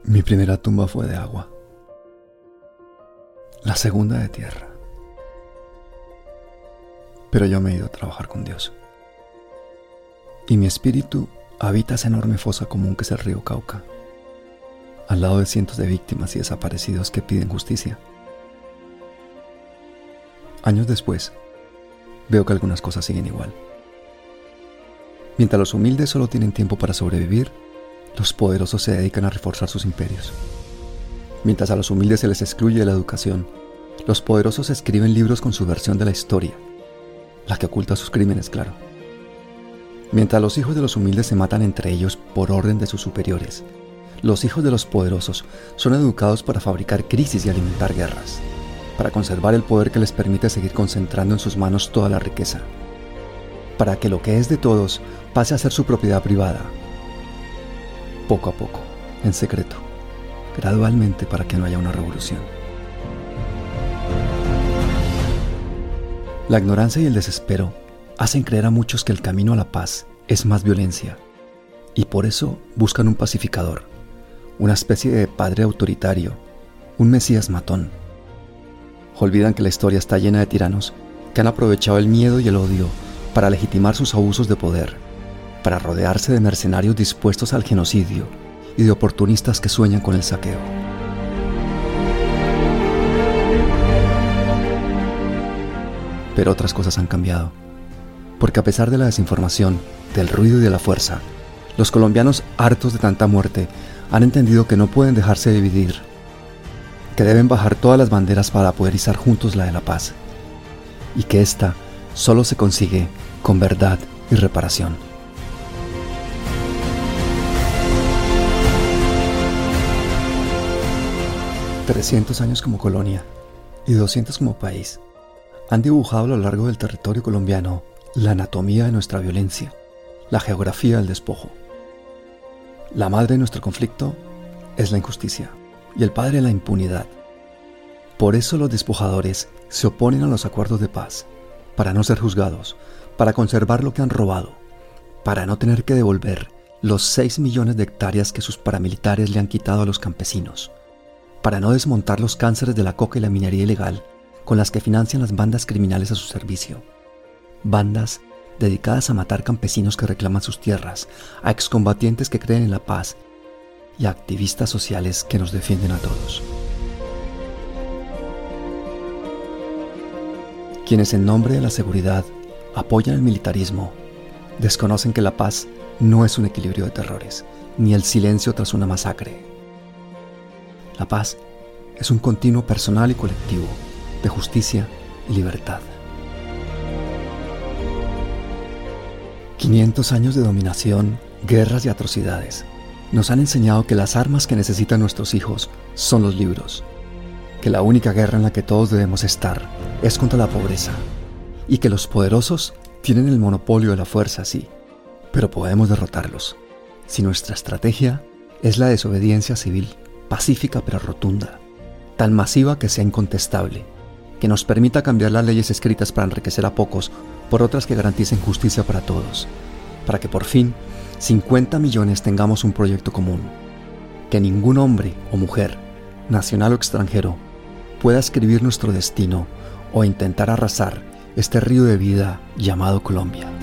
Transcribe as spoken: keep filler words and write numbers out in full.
Mi primera tumba fue de agua, la segunda de tierra. Pero yo me he ido a trabajar con Dios. Y mi espíritu habita esa enorme fosa común que es el río Cauca, al lado de cientos de víctimas y desaparecidos que piden justicia. Años después, veo que algunas cosas siguen igual. Mientras los humildes solo tienen tiempo para sobrevivir, los poderosos se dedican a reforzar sus imperios. Mientras a los humildes se les excluye de la educación, los poderosos escriben libros con su versión de la historia, la que oculta sus crímenes, claro. Mientras los hijos de los humildes se matan entre ellos por orden de sus superiores, los hijos de los poderosos son educados para fabricar crisis y alimentar guerras, para conservar el poder que les permite seguir concentrando en sus manos toda la riqueza, para que lo que es de todos pase a ser su propiedad privada. Poco a poco, en secreto, gradualmente para que no haya una revolución. La ignorancia y el desespero hacen creer a muchos que el camino a la paz es más violencia, y por eso buscan un pacificador, una especie de padre autoritario, un mesías matón. Olvidan que la historia está llena de tiranos que han aprovechado el miedo y el odio para legitimar sus abusos de poder, para rodearse de mercenarios dispuestos al genocidio y de oportunistas que sueñan con el saqueo. Pero otras cosas han cambiado, porque a pesar de la desinformación, del ruido y de la fuerza, los colombianos, hartos de tanta muerte, han entendido que no pueden dejarse dividir, que deben bajar todas las banderas para poder izar juntos la de la paz, y que ésta solo se consigue con verdad y reparación. trescientos años como colonia y doscientos como país han dibujado a lo largo del territorio colombiano la anatomía de nuestra violencia, la geografía del despojo. La madre de nuestro conflicto es la injusticia y el padre la impunidad. Por eso los despojadores se oponen a los acuerdos de paz, para no ser juzgados, para conservar lo que han robado, para no tener que devolver los seis millones de hectáreas que sus paramilitares le han quitado a los campesinos, para no desmontar los cánceres de la coca y la minería ilegal con las que financian las bandas criminales a su servicio. Bandas dedicadas a matar campesinos que reclaman sus tierras, a excombatientes que creen en la paz y a activistas sociales que nos defienden a todos. Quienes en nombre de la seguridad apoyan el militarismo, desconocen que la paz no es un equilibrio de terrores, ni el silencio tras una masacre. La paz es un continuo personal y colectivo de justicia y libertad. quinientos años de dominación, guerras y atrocidades nos han enseñado que las armas que necesitan nuestros hijos son los libros, que la única guerra en la que todos debemos estar es contra la pobreza, y que los poderosos tienen el monopolio de la fuerza, sí, pero podemos derrotarlos si nuestra estrategia es la desobediencia civil, pacífica pero rotunda, tan masiva que sea incontestable, que nos permita cambiar las leyes escritas para enriquecer a pocos por otras que garanticen justicia para todos, para que por fin cincuenta millones tengamos un proyecto común, que ningún hombre o mujer, nacional o extranjero, pueda escribir nuestro destino o intentar arrasar este río de vida llamado Colombia.